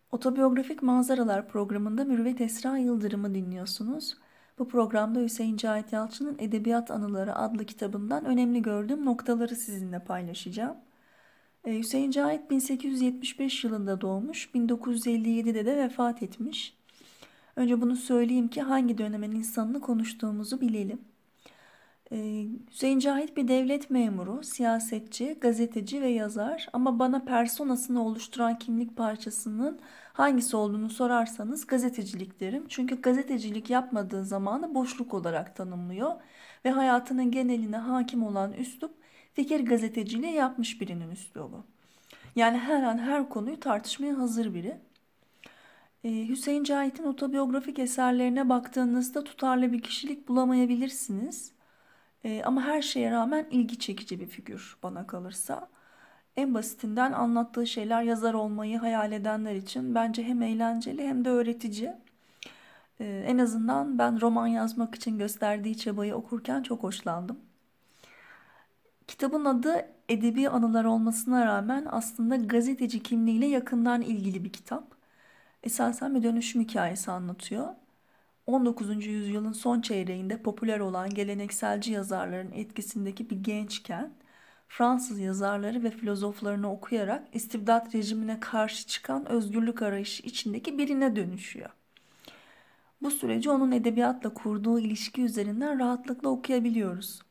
Otobiyografik Manzaralar programında Mürüvvet Esra Yıldırım'ı dinliyorsunuz. Bu programda Hüseyin Cahit Yalçın'ın Edebiyat Anıları adlı kitabından önemli gördüğüm noktaları sizinle paylaşacağım. Hüseyin Cahit 1875 yılında doğmuş, 1957'de de vefat etmiş. Önce bunu söyleyeyim ki hangi dönemin insanını konuştuğumuzu bilelim. Hüseyin Cahit bir devlet memuru, siyasetçi, gazeteci ve yazar ama bana personasını oluşturan kimlik parçasının hangisi olduğunu sorarsanız gazetecilik derim. Çünkü gazetecilik yapmadığı zamanı boşluk olarak tanımlıyor ve hayatının geneline hakim olan üslup fikir gazeteciliği yapmış birinin üslubu. Yani her an her konuyu tartışmaya hazır biri. Hüseyin Cahit'in otobiyografik eserlerine baktığınızda tutarlı bir kişilik bulamayabilirsiniz. Ama her şeye rağmen ilgi çekici bir figür bana kalırsa. En basitinden anlattığı şeyler yazar olmayı hayal edenler için bence hem eğlenceli hem de öğretici. En azından ben roman yazmak için gösterdiği çabayı okurken çok hoşlandım. Kitabın adı edebi anılar olmasına rağmen aslında gazeteci kimliğiyle yakından ilgili bir kitap. Esasen bir dönüşüm hikayesi anlatıyor. 19. yüzyılın son çeyreğinde popüler olan gelenekselci yazarların etkisindeki bir gençken Fransız yazarları ve filozoflarını okuyarak istibdat rejimine karşı çıkan özgürlük arayışı içindeki birine dönüşüyor. Bu süreci onun edebiyatla kurduğu ilişki üzerinden rahatlıkla okuyabiliyoruz.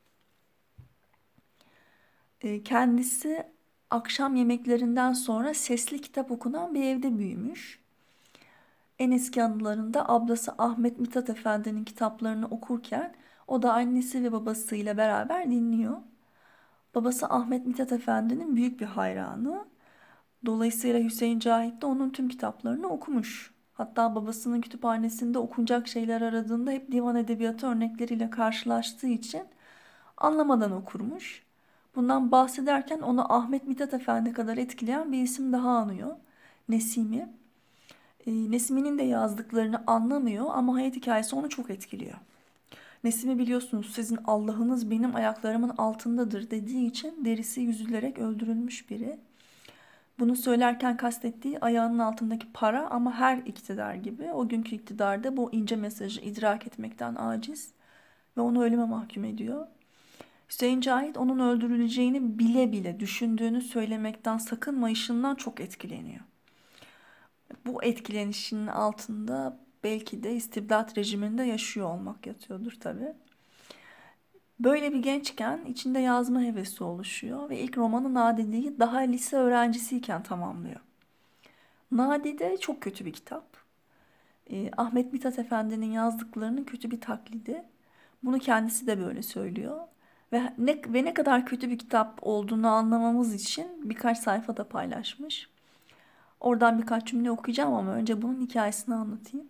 Kendisi akşam yemeklerinden sonra sesli kitap okunan bir evde büyümüş. En eski anılarında ablası Ahmet Mithat Efendi'nin kitaplarını okurken o da annesi ve babasıyla beraber dinliyor. Babası Ahmet Mithat Efendi'nin büyük bir hayranı. Dolayısıyla Hüseyin Cahit de onun tüm kitaplarını okumuş. Hatta babasının kütüphanesinde okunacak şeyler aradığında hep divan edebiyatı örnekleriyle karşılaştığı için anlamadan okurmuş. Bundan bahsederken onu Ahmet Mithat Efendi kadar etkileyen bir isim daha anıyor. Nesimi. Nesimi'nin de yazdıklarını anlamıyor ama hayat hikayesi onu çok etkiliyor. Nesimi biliyorsunuz sizin Allah'ınız benim ayaklarımın altındadır dediği için derisi yüzülerek öldürülmüş biri. Bunu söylerken kastettiği ayağının altındaki para ama her iktidar gibi o günkü iktidarda bu ince mesajı idrak etmekten aciz ve onu ölüme mahkum ediyor. Hüseyin Cahit onun öldürüleceğini bile bile düşündüğünü söylemekten sakınmayışından çok etkileniyor. Bu etkilenişinin altında belki de istibdat rejiminde yaşıyor olmak yatıyordur tabii. Böyle bir gençken içinde yazma hevesi oluşuyor ve ilk romanı Nadide'yi daha lise öğrencisiyken tamamlıyor. Nadide çok kötü bir kitap. Ahmet Mithat Efendi'nin yazdıklarının kötü bir taklidi. Bunu kendisi de böyle söylüyor. Ve ne kadar kötü bir kitap olduğunu anlamamız için birkaç sayfada paylaşmış. Oradan birkaç cümle okuyacağım ama önce bunun hikayesini anlatayım.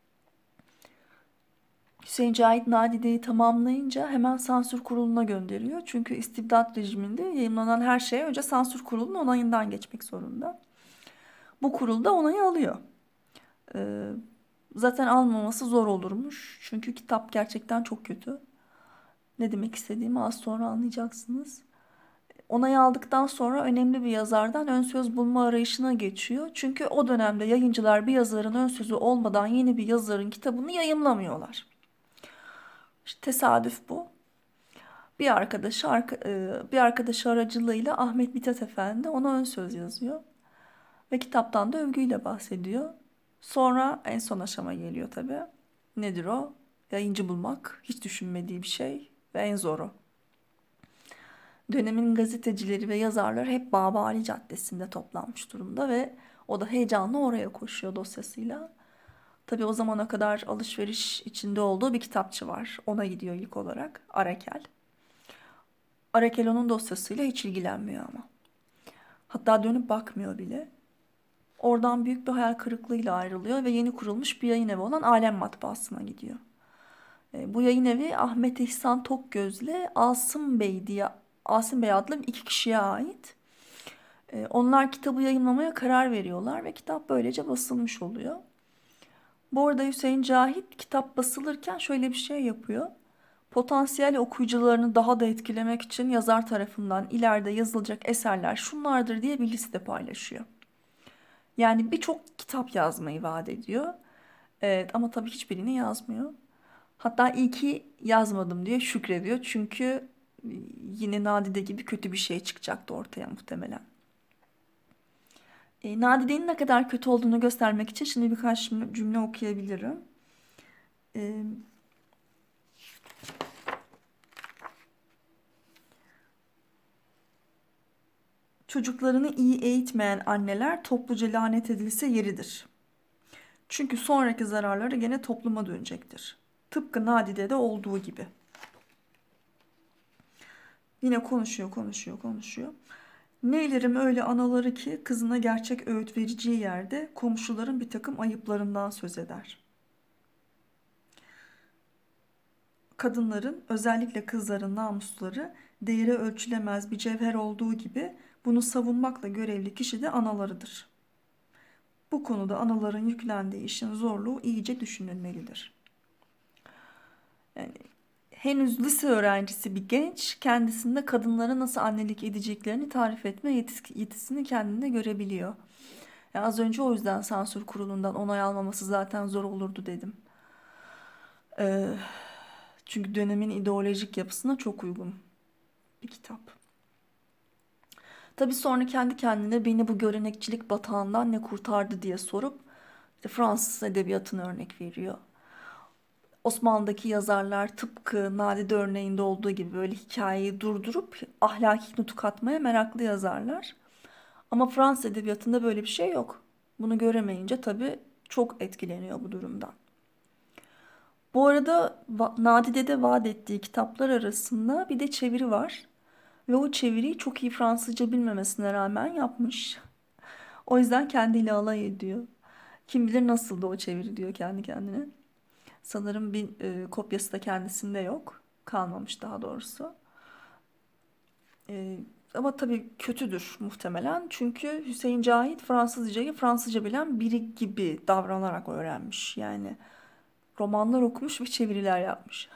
Hüseyin Cahit Nadide'yi tamamlayınca hemen sansür kuruluna gönderiyor. Çünkü istibdat rejiminde yayımlanan her şey önce sansür kurulunun onayından geçmek zorunda. Bu kurul da onayı alıyor. Ee, Zaten almaması zor olurmuş. Çünkü kitap gerçekten çok kötü. Ne demek istediğimi az sonra anlayacaksınız. Onayı aldıktan sonra önemli bir yazardan ön söz bulma arayışına geçiyor. Çünkü o dönemde yayıncılar bir yazarın ön sözü olmadan yeni bir yazarın kitabını yayımlamıyorlar. İşte tesadüf bu. Bir arkadaşı aracılığıyla Ahmet Mithat Efendi ona ön söz yazıyor ve kitaptan da övgüyle bahsediyor. Sonra en son aşama geliyor tabii. Nedir o? Yayıncı bulmak, hiç düşünmediği bir şey ve en zoru. Dönemin gazetecileri ve yazarları hep Babali Caddesi'nde toplanmış durumda ve o da heyecanla oraya koşuyor dosyasıyla. Tabii o zamana kadar alışveriş içinde olduğu bir kitapçı var. Ona gidiyor ilk olarak. Arakel. Arakel onun dosyasıyla hiç ilgilenmiyor ama. Hatta dönüp bakmıyor bile. Oradan büyük bir hayal kırıklığıyla ayrılıyor ve yeni kurulmuş bir yayın evi olan Alem Matbaası'na gidiyor. Bu yayın evi Ahmet İhsan Tokgöz'le Asım Bey adlı iki kişiye ait. Onlar kitabı yayınlamaya karar veriyorlar ve kitap böylece basılmış oluyor. Bu arada Hüseyin Cahit kitap basılırken şöyle bir şey yapıyor. Potansiyel okuyucularını daha da etkilemek için yazar tarafından ileride yazılacak eserler şunlardır diye bir liste paylaşıyor. Yani birçok kitap yazmayı vaat ediyor. Evet, ama tabii hiçbirini yazmıyor. Hatta iyi ki yazmadım diye şükrediyor. Çünkü yine Nadide gibi kötü bir şey çıkacaktı ortaya muhtemelen. Nadide'nin ne kadar kötü olduğunu göstermek için şimdi birkaç cümle okuyabilirim. E, Çocuklarını iyi eğitmeyen anneler topluca lanet edilse yeridir. Çünkü sonraki zararları gene topluma dönecektir. Tıpkı Nadide'de olduğu gibi. Yine konuşuyor, konuşuyor, konuşuyor. Neylerim öyle anaları ki kızına gerçek öğüt vereceği yerde komşuların bir takım ayıplarından söz eder. Kadınların, özellikle kızların namusları değeri ölçülemez bir cevher olduğu gibi bunu savunmakla görevli kişi de analarıdır. Bu konuda anaların yüklendiği işin zorluğu iyice düşünülmelidir. Yani henüz lise öğrencisi bir genç kendisinde kadınlara nasıl annelik edeceklerini tarif etme yetisini kendinde görebiliyor. Yani az önce o yüzden sansür kurulundan onay almaması zaten zor olurdu dedim. Ee, Çünkü dönemin ideolojik yapısına çok uygun bir kitap. Tabii sonra kendi kendine beni bu görenekçilik batağından ne kurtardı diye sorup işte Fransız edebiyatını örnek veriyor. Osmanlı'daki yazarlar tıpkı Nadide örneğinde olduğu gibi böyle hikayeyi durdurup ahlaki nutuk atmaya meraklı yazarlar. Ama Fransız edebiyatında böyle bir şey yok. Bunu göremeyince tabii çok etkileniyor bu durumdan. Bu arada Nadide'de vaat ettiği kitaplar arasında bir de çeviri var. Ve o çeviriyi çok iyi Fransızca bilmemesine rağmen yapmış. O yüzden kendiyle alay ediyor. Kim bilir nasıldı o çeviri diyor kendi kendine. Sanırım bir kopyası da kendisinde yok. Kalmamış daha doğrusu. E, Ama tabii kötüdür muhtemelen. Çünkü Hüseyin Cahit Fransızcayı Fransızca bilen biri gibi davranarak öğrenmiş. Yani romanlar okumuş ve çeviriler yapmış.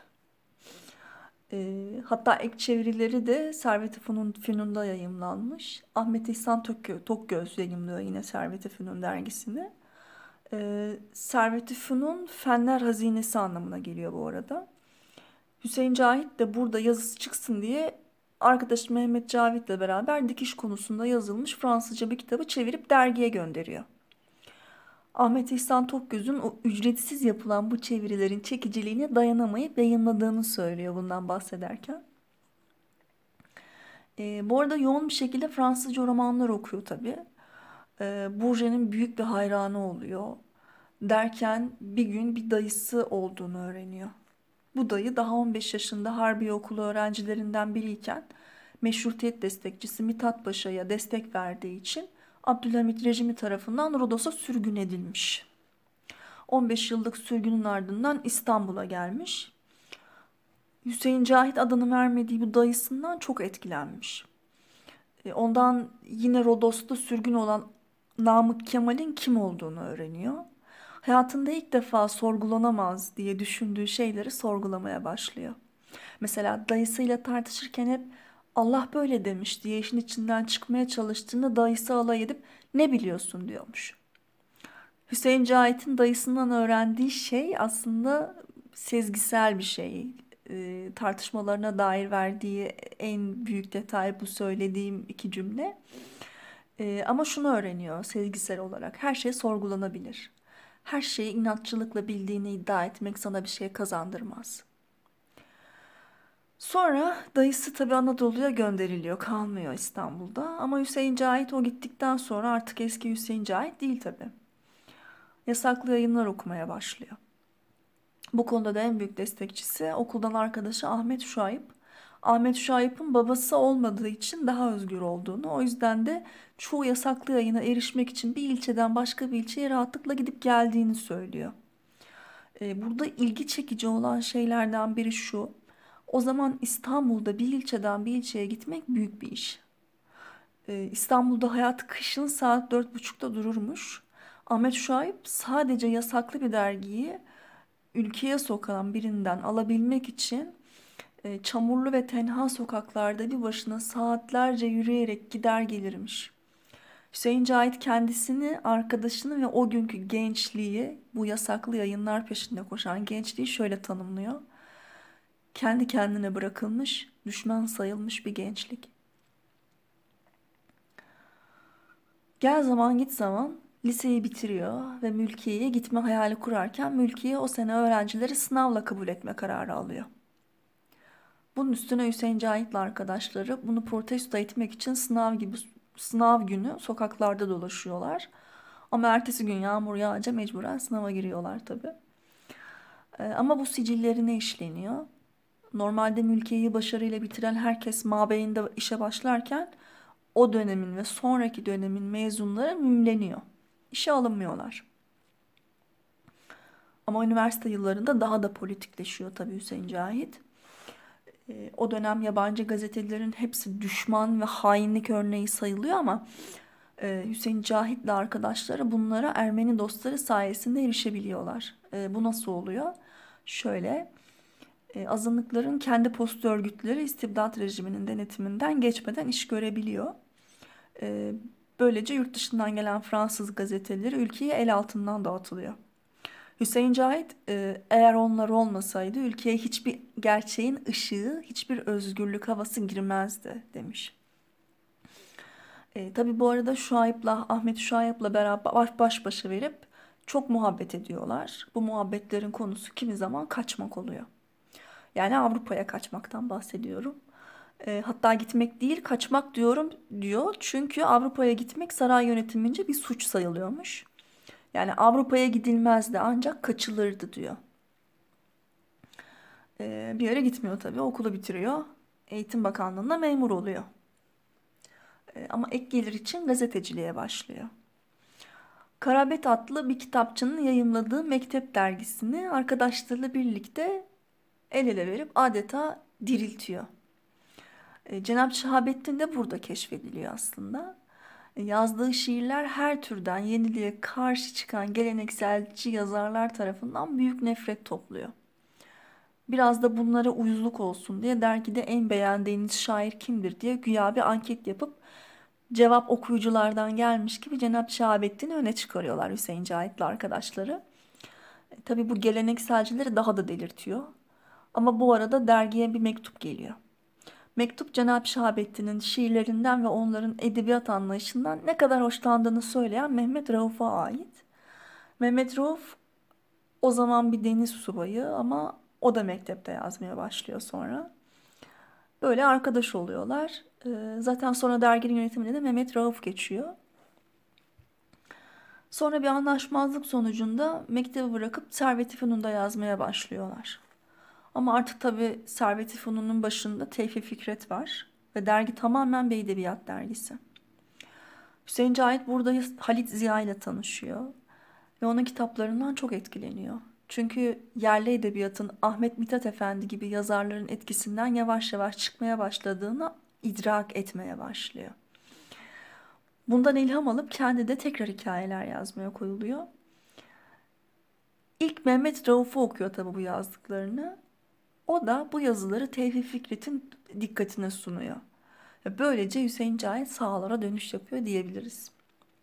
Hatta ek çevirileri de Servet-i Fünun'da yayımlanmış. Ahmet İhsan Tokgöz yayımlıyor yine Servet-i Fünun dergisini. Servet-i Fünun Fenler Hazinesi anlamına geliyor bu arada. Hüseyin Cahit de burada yazısı çıksın diye arkadaşı Mehmet Cavit'le beraber dikiş konusunda yazılmış Fransızca bir kitabı çevirip dergiye gönderiyor. Ahmet İhsan Tokgöz'ün o ücretsiz yapılan bu çevirilerin çekiciliğine dayanamayıp yayınladığını söylüyor bundan bahsederken. Bu arada yoğun bir şekilde Fransızca romanlar okuyor tabii. Bourget'in büyük bir hayranı oluyor. Derken bir gün bir dayısı olduğunu öğreniyor. Bu dayı daha 15 yaşında Harbiye Okulu öğrencilerinden biriyken meşrutiyet destekçisi Mithat Paşa'ya destek verdiği için Abdülhamit rejimi tarafından Rodos'a sürgün edilmiş. 15 yıllık sürgünün ardından İstanbul'a gelmiş. Hüseyin Cahit adını vermediği bu dayısından çok etkilenmiş. Ondan yine Rodos'ta sürgün olan Namık Kemal'in kim olduğunu öğreniyor. Hayatında ilk defa sorgulanamaz diye düşündüğü şeyleri sorgulamaya başlıyor. Mesela dayısıyla tartışırken hep Allah böyle demiş diye işin içinden çıkmaya çalıştığında dayısı alay edip ne biliyorsun diyormuş. Hüseyin Cahit'in dayısından öğrendiği şey aslında sezgisel bir şey. Tartışmalarına dair verdiği en büyük detay bu söylediğim iki cümle. Ama şunu öğreniyor sezgisel olarak. Her şey sorgulanabilir. Her şeyi inatçılıkla bildiğini iddia etmek sana bir şey kazandırmaz. Sonra dayısı tabii Anadolu'ya gönderiliyor, kalmıyor İstanbul'da. Ama Hüseyin Cahit o gittikten sonra artık eski Hüseyin Cahit değil tabii. Yasaklı yayınlar okumaya başlıyor. Bu konuda da en büyük destekçisi okuldan arkadaşı Ahmet Şuayb. Ahmet Şuayb'ın babası olmadığı için daha özgür olduğunu, o yüzden de çoğu yasaklı yayına erişmek için bir ilçeden başka bir ilçeye rahatlıkla gidip geldiğini söylüyor. Burada ilgi çekici olan şeylerden biri şu. O zaman İstanbul'da bir ilçeden bir ilçeye gitmek büyük bir iş. İstanbul'da hayat kışın saat 4.30'da dururmuş. Ahmet Şuayb sadece yasaklı bir dergiyi ülkeye sokan birinden alabilmek için çamurlu ve tenha sokaklarda bir başına saatlerce yürüyerek gider gelirmiş. Hüseyin Cahit kendisini, arkadaşını ve o günkü gençliği, bu yasaklı yayınlar peşinde koşan gençliği şöyle tanımlıyor: kendi kendine bırakılmış, düşman sayılmış bir gençlik. Gel zaman git zaman liseyi bitiriyor ve Mülkiye'ye gitme hayali kurarken Mülkiye o sene öğrencileri sınavla kabul etme kararı alıyor. Bunun üstüne Hüseyin Cahit'le arkadaşları bunu protesto etmek için sınav günü sokaklarda dolaşıyorlar. Ama ertesi gün yağmur yağınca mecburen sınava giriyorlar tabii. Ama bu sicillerine işleniyor. Normalde Mülkiye'yi başarıyla bitiren herkes mabeyinde işe başlarken o dönemin ve sonraki dönemin mezunları mümleniyor. İşe alınmıyorlar. Ama üniversite yıllarında daha da politikleşiyor tabii Hüseyin Cahit. O dönem yabancı gazetelerin hepsi düşman ve hainlik örneği sayılıyor ama Hüseyin Cahit'le arkadaşları bunlara Ermeni dostları sayesinde erişebiliyorlar. Bu nasıl oluyor? Şöyle, azınlıkların kendi postu örgütleri istibdat rejiminin denetiminden geçmeden iş görebiliyor. Böylece yurt dışından gelen Fransız gazeteleri ülkeye el altından dağıtılıyor. Hüseyin Cahit eğer onlar olmasaydı ülkeye hiçbir gerçeğin ışığı, hiçbir özgürlük havası girmezdi demiş. Tabii bu arada Ahmet Şuayb'la beraber baş başa verip çok muhabbet ediyorlar. Bu muhabbetlerin konusu kimi zaman kaçmak oluyor. Yani Avrupa'ya kaçmaktan bahsediyorum. Hatta gitmek değil kaçmak diyor. Çünkü Avrupa'ya gitmek saray yönetimince bir suç sayılıyormuş. Yani Avrupa'ya gidilmezdi ancak kaçılırdı diyor. Bir yere gitmiyor tabii, okulu bitiriyor. Eğitim Bakanlığı'nda memur oluyor. Ama ek gelir için gazeteciliğe başlıyor. Karabet adlı bir kitapçının yayımladığı Mektep dergisini arkadaşlarıyla birlikte el ele verip adeta diriltiyor. Cenab-ı Şahabettin de burada keşfediliyor aslında. Yazdığı şiirler her türden yeniliğe karşı çıkan gelenekselci yazarlar tarafından büyük nefret topluyor. Biraz da bunlara uyuzluk olsun diye dergide en beğendiğiniz şair kimdir diye güya bir anket yapıp cevap okuyuculardan gelmiş gibi Cenab-ı Şahabettin'i öne çıkarıyorlar Hüseyin Cahit'le arkadaşları. Tabii bu gelenekselcileri daha da delirtiyor. Ama bu arada dergiye bir mektup geliyor. Mektup Cenab-ı Şahabettin'in şiirlerinden ve onların edebiyat anlayışından ne kadar hoşlandığını söyleyen Mehmet Rauf'a ait. Mehmet Rauf o zaman bir deniz subayı ama o da mektepte yazmaya başlıyor sonra. Böyle arkadaş oluyorlar. Zaten sonra derginin yönetimine de Mehmet Rauf geçiyor. Sonra bir anlaşmazlık sonucunda mektebi bırakıp Servet-i Fünun'da yazmaya başlıyorlar. Ama artık tabii Servet-i Fünun'un başında Tevfik Fikret var ve dergi tamamen bir edebiyat dergisi. Hüseyin Cahit burada Halit Ziya ile tanışıyor ve onun kitaplarından çok etkileniyor. Çünkü yerli edebiyatın Ahmet Mithat Efendi gibi yazarların etkisinden yavaş yavaş çıkmaya başladığını idrak etmeye başlıyor. Bundan ilham alıp kendi de tekrar hikayeler yazmaya koyuluyor. İlk Mehmet Rauf'u okuyor tabii bu yazdıklarını. O da bu yazıları Tevfik Fikret'in dikkatine sunuyor. Böylece Hüseyin Cahit sahalara dönüş yapıyor diyebiliriz.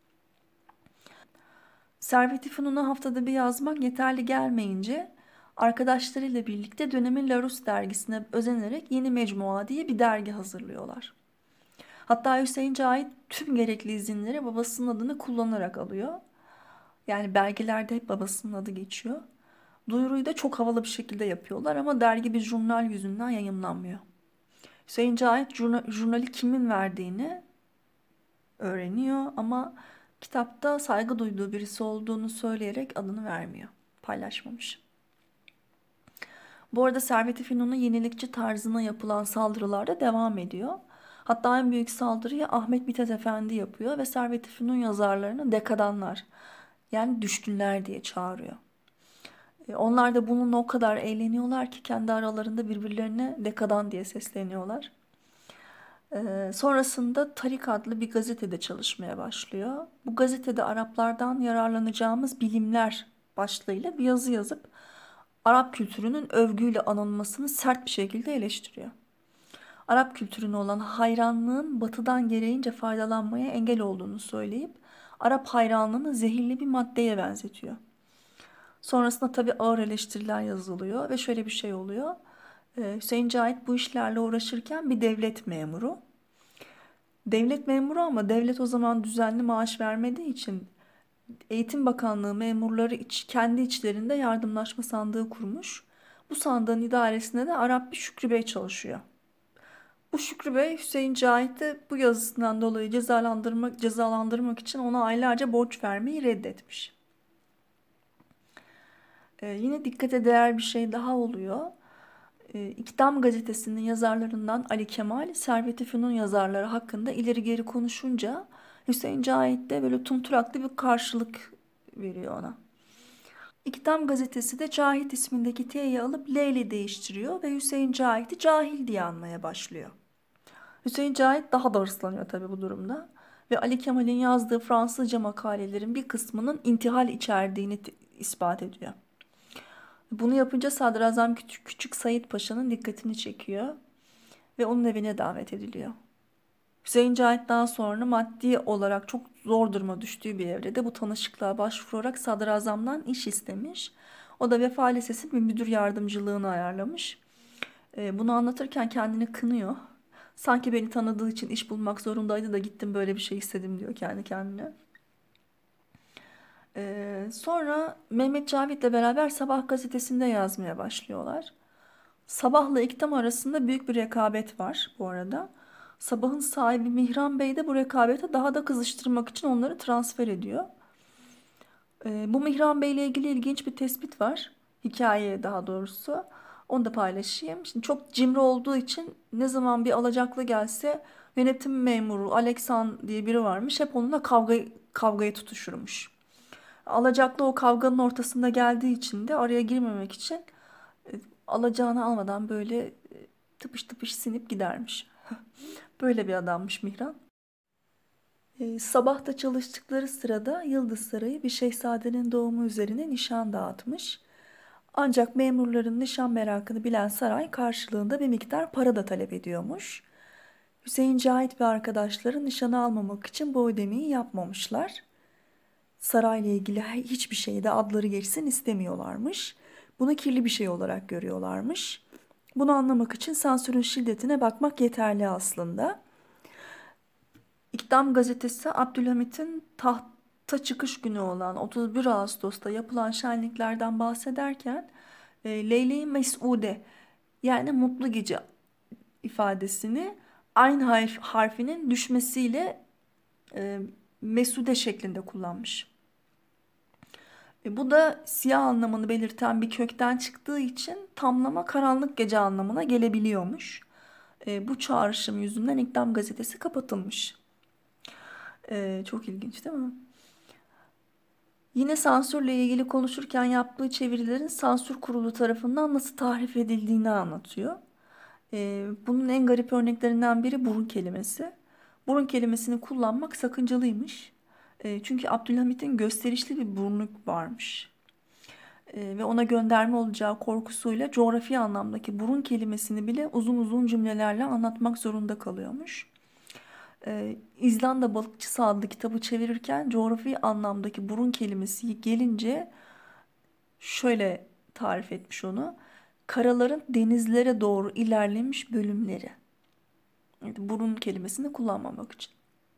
Servet-i Fünun'u haftada bir yazmak yeterli gelmeyince arkadaşlarıyla birlikte dönemin Larus dergisine özenerek Yeni Mecmua diye bir dergi hazırlıyorlar. Hatta Hüseyin Cahit tüm gerekli izinleri babasının adını kullanarak alıyor. Yani belgelerde hep babasının adı geçiyor. Duyuruyu da çok havalı bir şekilde yapıyorlar ama dergi bir jurnal yüzünden yayımlanmıyor. Hüseyin Cahit jurnali kimin verdiğini öğreniyor ama kitapta saygı duyduğu birisi olduğunu söyleyerek adını vermiyor. Paylaşmamış. Bu arada Servet-i Fünun'un yenilikçi tarzına yapılan saldırılar da devam ediyor. Hatta en büyük saldırıyı Ahmet Mithat Efendi yapıyor ve Servet-i Fünun yazarlarını dekadanlar, yani düşkünler diye çağırıyor. Onlar da bununla o kadar eğleniyorlar ki kendi aralarında birbirlerine dekadan diye sesleniyorlar. Sonrasında Tarik adlı bir gazetede çalışmaya başlıyor. Bu gazetede Araplardan yararlanacağımız bilimler başlığıyla bir yazı yazıp Arap kültürünün övgüyle anılmasını sert bir şekilde eleştiriyor. Arap kültürüne olan hayranlığın batıdan gereğince faydalanmaya engel olduğunu söyleyip Arap hayranlığını zehirli bir maddeye benzetiyor. Sonrasında tabii ağır eleştiriler yazılıyor ve şöyle bir şey oluyor. Hüseyin Cahit bu işlerle uğraşırken bir devlet memuru. Devlet memuru ama devlet o zaman düzenli maaş vermediği için Eğitim Bakanlığı memurları kendi içlerinde yardımlaşma sandığı kurmuş. Bu sandığın idaresinde de Arap bir Şükrü Bey çalışıyor. Bu Şükrü Bey Hüseyin Cahit'i bu yazısından dolayı cezalandırmak için ona aylarca borç vermeyi reddetmiş. Yine dikkate değer bir şey daha oluyor. İktam gazetesinin yazarlarından Ali Kemal, Servet-i Fünun yazarları hakkında ileri geri konuşunca Hüseyin Cahit de böyle tumturaklı bir karşılık veriyor ona. İktam gazetesi de Cahit ismindeki T'yi alıp L ile değiştiriyor ve Hüseyin Cahit'i cahil diye anmaya başlıyor. Hüseyin Cahit daha da hırslanıyor tabii bu durumda. Ve Ali Kemal'in yazdığı Fransızca makalelerin bir kısmının intihal içerdiğini ispat ediyor. Bunu yapınca Sadrazam Küçük Said Paşa'nın dikkatini çekiyor ve onun evine davet ediliyor. Hüseyin Cahit daha sonra maddi olarak çok zor duruma düştüğü bir evrede bu tanışıklığa başvurarak sadrazamdan iş istemiş. O da Vefa Lisesi'nin bir müdür yardımcılığını ayarlamış. Bunu anlatırken kendini kınıyor. Sanki beni tanıdığı için iş bulmak zorundaydı da gittim böyle bir şey istedim diyor kendi kendine. Sonra Mehmet Cavit'le beraber Sabah gazetesinde yazmaya başlıyorlar. Sabah'la İktam arasında büyük bir rekabet var bu arada. Sabah'ın sahibi Mihran Bey de bu rekabete daha da kızıştırmak için onları transfer ediyor. Bu Mihran Bey ile ilgili ilginç bir tespit var. Hikaye daha doğrusu. Onu da paylaşayım. Şimdi çok cimri olduğu için ne zaman bir alacaklı gelse yönetim memuru Alexan diye biri varmış. Hep onunla kavgaya tutuşurmuş. Alacaklı o kavganın ortasında geldiği için de araya girmemek için alacağını almadan böyle tıpış tıpış sinip gidermiş. Böyle bir adammış Mihran. Sabahta çalıştıkları sırada Yıldız Sarayı bir şehzadenin doğumu üzerine nişan dağıtmış. Ancak memurların nişan merakını bilen saray karşılığında bir miktar para da talep ediyormuş. Hüseyin Cahit ve arkadaşları nişanı almamak için bu ödemeyi yapmamışlar. Sarayla ilgili hiçbir şeyde adları geçsin istemiyorlarmış. Bunu kirli bir şey olarak görüyorlarmış. Bunu anlamak için sansürün şiddetine bakmak yeterli aslında. İktam gazetesi Abdülhamit'in tahta çıkış günü olan 31 Ağustos'ta yapılan şenliklerden bahsederken Leyle-i Mes'ude yani mutlu gece ifadesini aynı harfinin düşmesiyle Mesude şeklinde kullanmış. Bu da siyah anlamını belirten bir kökten çıktığı için tamlama karanlık gece anlamına gelebiliyormuş. Bu çağrışım yüzünden İktam gazetesi kapatılmış. Çok ilginç değil mi? Yine sansürle ilgili konuşurken yaptığı çevirilerin sansür kurulu tarafından nasıl tahrif edildiğini anlatıyor. Bunun en garip örneklerinden biri burun kelimesi. Burun kelimesini kullanmak sakıncalıymış. Çünkü Abdülhamit'in gösterişli bir burnu varmış. Ve ona gönderme olacağı korkusuyla coğrafi anlamdaki burun kelimesini bile uzun uzun cümlelerle anlatmak zorunda kalıyormuş. İzlanda Balıkçısı adlı kitabı çevirirken coğrafi anlamdaki burun kelimesi gelince şöyle tarif etmiş onu. Karaların denizlere doğru ilerlemiş bölümleri. Evet, burun kelimesini kullanmamak için.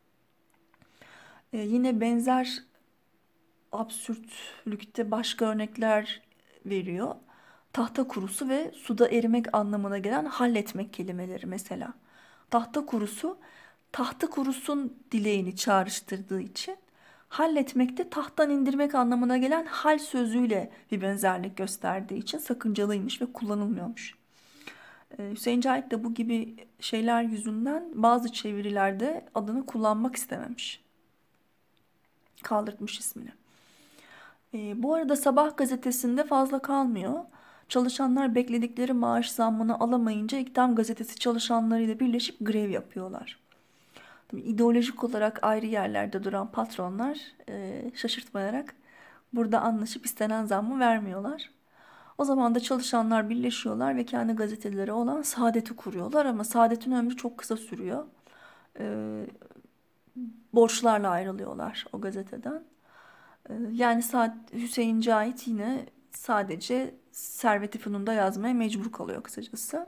Yine benzer absürtlükte başka örnekler veriyor. Tahta kurusu ve suda erimek anlamına gelen halletmek kelimeleri mesela. Tahta kurusu, tahta kurusun dileğini çağrıştırdığı için halletmekte tahttan indirmek anlamına gelen hal sözüyle bir benzerlik gösterdiği için sakıncalıymış ve kullanılmıyormuş. Hüseyin Cahit de bu gibi şeyler yüzünden bazı çevirilerde adını kullanmak istememiş. Kaldırtmış ismini. Bu arada Sabah gazetesinde fazla kalmıyor. Çalışanlar bekledikleri maaş zammını alamayınca İktam gazetesi çalışanlarıyla birleşip grev yapıyorlar. Tabii ideolojik olarak ayrı yerlerde duran patronlar şaşırtmayarak burada anlaşıp istenen zammı vermiyorlar. O zaman da çalışanlar birleşiyorlar ve kendi gazeteleri olan Saadet'i kuruyorlar ama Saadet'in ömrü çok kısa sürüyor. Ee, Borçlarla ayrılıyorlar o gazeteden. Yani Hüseyin Cahit yine sadece Servet-i Fünun'da yazmaya mecbur kalıyor kısacası.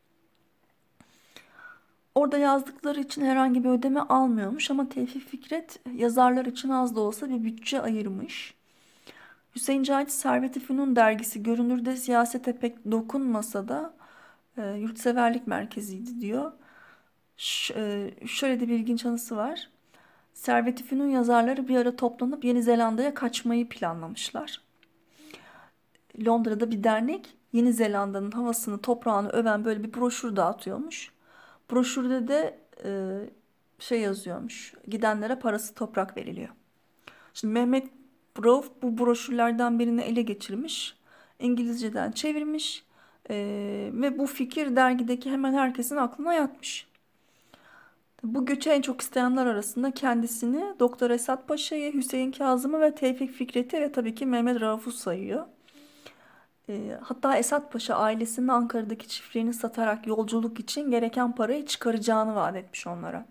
Orada yazdıkları için herhangi bir ödeme almıyormuş ama Tevfik Fikret yazarlar için az da olsa bir bütçe ayırmış. Hüseyin Cahit Servet-i Fünun dergisi görünürde siyasete pek dokunmasa da yurtseverlik merkeziydi diyor. Şöyle de bir ilginç anısı var. Servet-i Fünun yazarları bir ara toplanıp Yeni Zelanda'ya kaçmayı planlamışlar. Londra'da bir dernek Yeni Zelanda'nın havasını, toprağını öven böyle bir broşür dağıtıyormuş. Broşürde de şey yazıyormuş. Gidenlere parası toprak veriliyor. Şimdi Mehmet Rauf bu broşürlerden birini ele geçirmiş. İngilizceden çevirmiş. Ve bu fikir dergideki hemen herkesin aklına yatmış. Bu göçü en çok isteyenler arasında kendisini Doktor Esat Paşa'yı, Hüseyin Kazım'ı ve Tevfik Fikret'i ve tabii ki Mehmet Rauf'u sayıyor. Hatta Esat Paşa ailesinin Ankara'daki çiftliğini satarak yolculuk için gereken parayı çıkaracağını vaat etmiş onlara.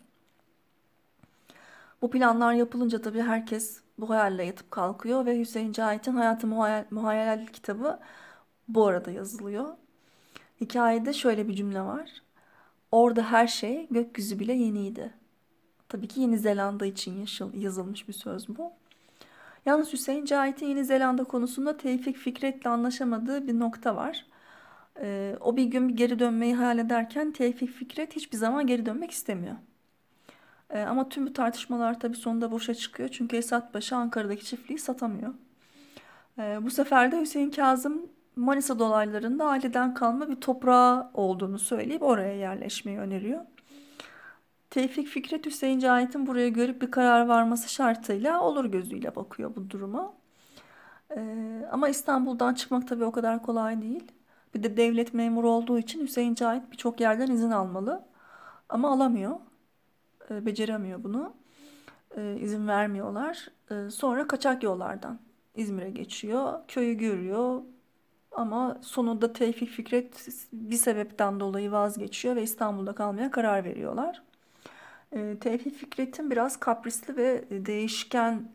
Bu planlar yapılınca tabii herkes bu hayalle yatıp kalkıyor ve Hüseyin Cahit'in Hayatı Muhayyel kitabı bu arada yazılıyor. Hikayede şöyle bir cümle var. Orada her şey gökyüzü bile yeniydi. Tabii ki Yeni Zelanda için yazılmış bir söz bu. Yalnız Hüseyin Cahit'in Yeni Zelanda konusunda Tevfik Fikret'le anlaşamadığı bir nokta var. O bir gün bir geri dönmeyi hayal ederken Tevfik Fikret hiçbir zaman geri dönmek istemiyor. Ama tüm bu tartışmalar tabii sonunda boşa çıkıyor. Çünkü Esat Paşa Ankara'daki çiftliği satamıyor. Bu sefer de Hüseyin Kazım Manisa dolaylarında aileden kalma bir toprağı olduğunu söyleyip oraya yerleşmeyi öneriyor. Tevfik Fikret Hüseyin Cahit'in buraya görüp bir karar varması şartıyla olur gözüyle bakıyor bu duruma. Ama İstanbul'dan çıkmak tabii o kadar kolay değil. Bir de devlet memuru olduğu için Hüseyin Cahit birçok yerden izin almalı. Ama alamıyor. Beceremiyor bunu. İzin vermiyorlar. Sonra kaçak yollardan İzmir'e geçiyor. Köyü görüyor. Ama sonunda Tevfik Fikret bir sebepten dolayı vazgeçiyor ve İstanbul'da kalmaya karar veriyorlar. Tevfik Fikret'in biraz kaprisli ve değişken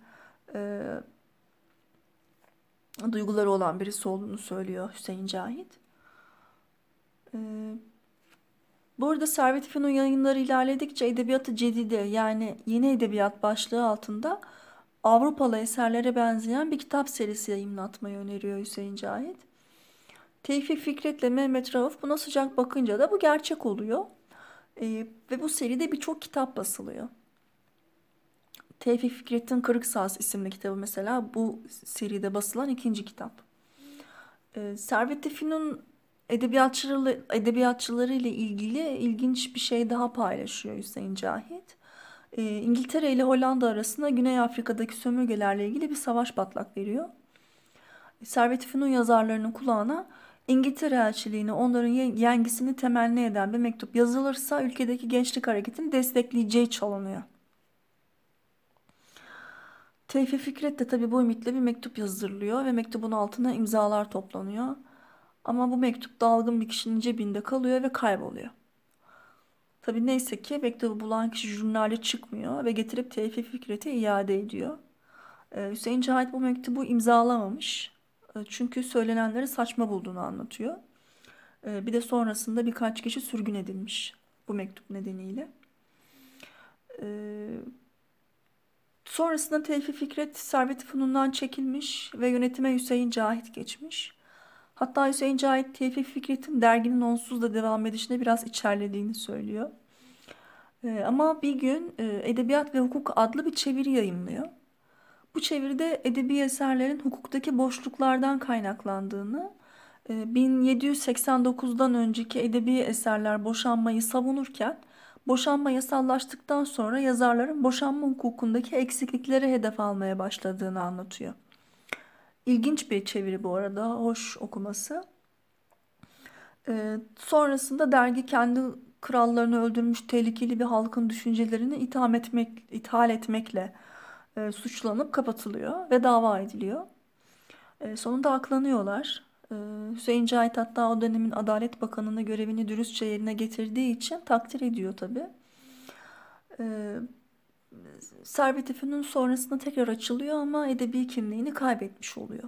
duyguları olan birisi olduğunu söylüyor Hüseyin Cahit. Bu arada Servet-i Fünun yayınları ilerledikçe edebiyatı cedide yani yeni edebiyat başlığı altında Avrupalı eserlere benzeyen bir kitap serisi yayımlatmayı öneriyor Hüseyin Cahit. Tevfik Fikret'le Mehmet Rauf buna sıcak bakınca da bu gerçek oluyor. Ve bu seride birçok kitap basılıyor. Tevfik Fikret'in Kırık Saz isimli kitabı mesela bu seride basılan ikinci kitap. Servet-i Fünun edebiyatçıları ile ilgili ilginç bir şey daha paylaşıyor Hüseyin Cahit. İngiltere ile Hollanda arasında Güney Afrika'daki sömürgelerle ilgili bir savaş patlak veriyor. Servet-i Fünun yazarlarının kulağına İngiltere elçiliğine onların yengisini temenni eden bir mektup yazılırsa ülkedeki gençlik hareketini destekleyeceği çalınıyor. Tevfik Fikret de tabii bu ümitle bir mektup hazırlıyor ve mektubun altına imzalar toplanıyor. Ama bu mektup dalgın bir kişinin cebinde kalıyor ve kayboluyor. Tabii neyse ki mektubu bulan kişi jurnale çıkmıyor ve getirip Tevfik Fikret'e iade ediyor. Hüseyin Cahit bu mektubu imzalamamış. Çünkü söylenenleri saçma bulduğunu anlatıyor. Bir de sonrasında birkaç kişi sürgün edilmiş bu mektup nedeniyle. Sonrasında Tevfik Fikret Servet-i Fünun'dan çekilmiş ve yönetime Hüseyin Cahit geçmiş. Hatta Hüseyin Cahit Tevfik Fikret'in derginin onsuz da devam edişine biraz içerlediğini söylüyor. Ama bir gün Edebiyat ve Hukuk adlı bir çeviri yayımlıyor. Bu çeviride edebi eserlerin hukuktaki boşluklardan kaynaklandığını, 1789'dan önceki edebi eserler boşanmayı savunurken, boşanma yasallaştıktan sonra yazarların boşanma hukukundaki eksiklikleri hedef almaya başladığını anlatıyor. İlginç bir çeviri bu arada, hoş okuması. Sonrasında dergi kendi krallarını öldürmüş tehlikeli bir halkın düşüncelerini ithal etmekle suçlanıp kapatılıyor ve dava ediliyor. Sonunda aklanıyorlar. Hüseyin Cahit hatta o dönemin Adalet Bakanı'nı görevini dürüstçe yerine getirdiği için takdir ediyor tabii. Ee, Servet-i Fünun sonrasında tekrar açılıyor ama edebi kimliğini kaybetmiş oluyor.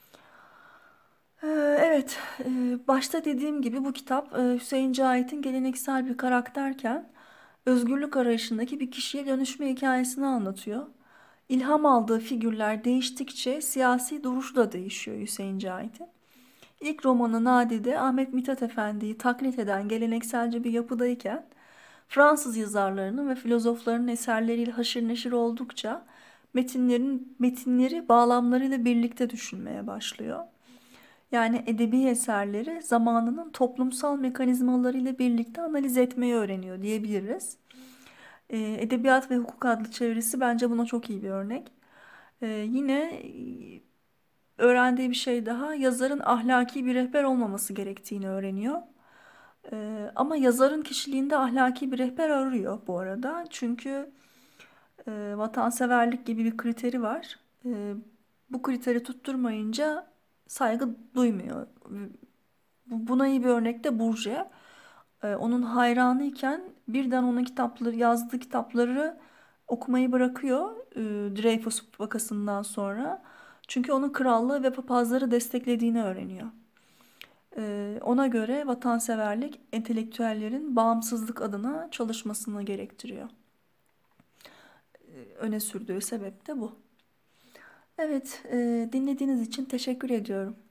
Evet, başta dediğim gibi bu kitap Hüseyin Cahit'in geleneksel bir karakterken özgürlük arayışındaki bir kişiye dönüşme hikayesini anlatıyor. İlham aldığı figürler değiştikçe siyasi duruşu da değişiyor Hüseyin Cahit'in. İlk romanı Nadi'de Ahmet Mithat Efendi'yi taklit eden gelenekselci bir yapıdayken Fransız yazarlarının ve filozofların eserleriyle haşır neşir oldukça metinleri bağlamlarıyla birlikte düşünmeye başlıyor. Yani edebi eserleri zamanının toplumsal mekanizmalarıyla birlikte analiz etmeyi öğreniyor diyebiliriz. Edebiyat ve Hukuk adlı çevirisi bence buna çok iyi bir örnek. Yine öğrendiği bir şey daha, yazarın ahlaki bir rehber olmaması gerektiğini öğreniyor. Ama yazarın kişiliğinde ahlaki bir rehber arıyor bu arada. Çünkü vatanseverlik gibi bir kriteri var. Bu kriteri tutturmayınca saygı duymuyor. Buna iyi bir örnek de Bourget. Onun hayranıyken birden onun yazdığı kitapları okumayı bırakıyor Dreyfus vakasından sonra. Çünkü onun krallığı ve papazları desteklediğini öğreniyor. Ona göre vatanseverlik entelektüellerin bağımsızlık adına çalışmasını gerektiriyor. Öne sürdüğü sebep de bu. Evet, dinlediğiniz için teşekkür ediyorum.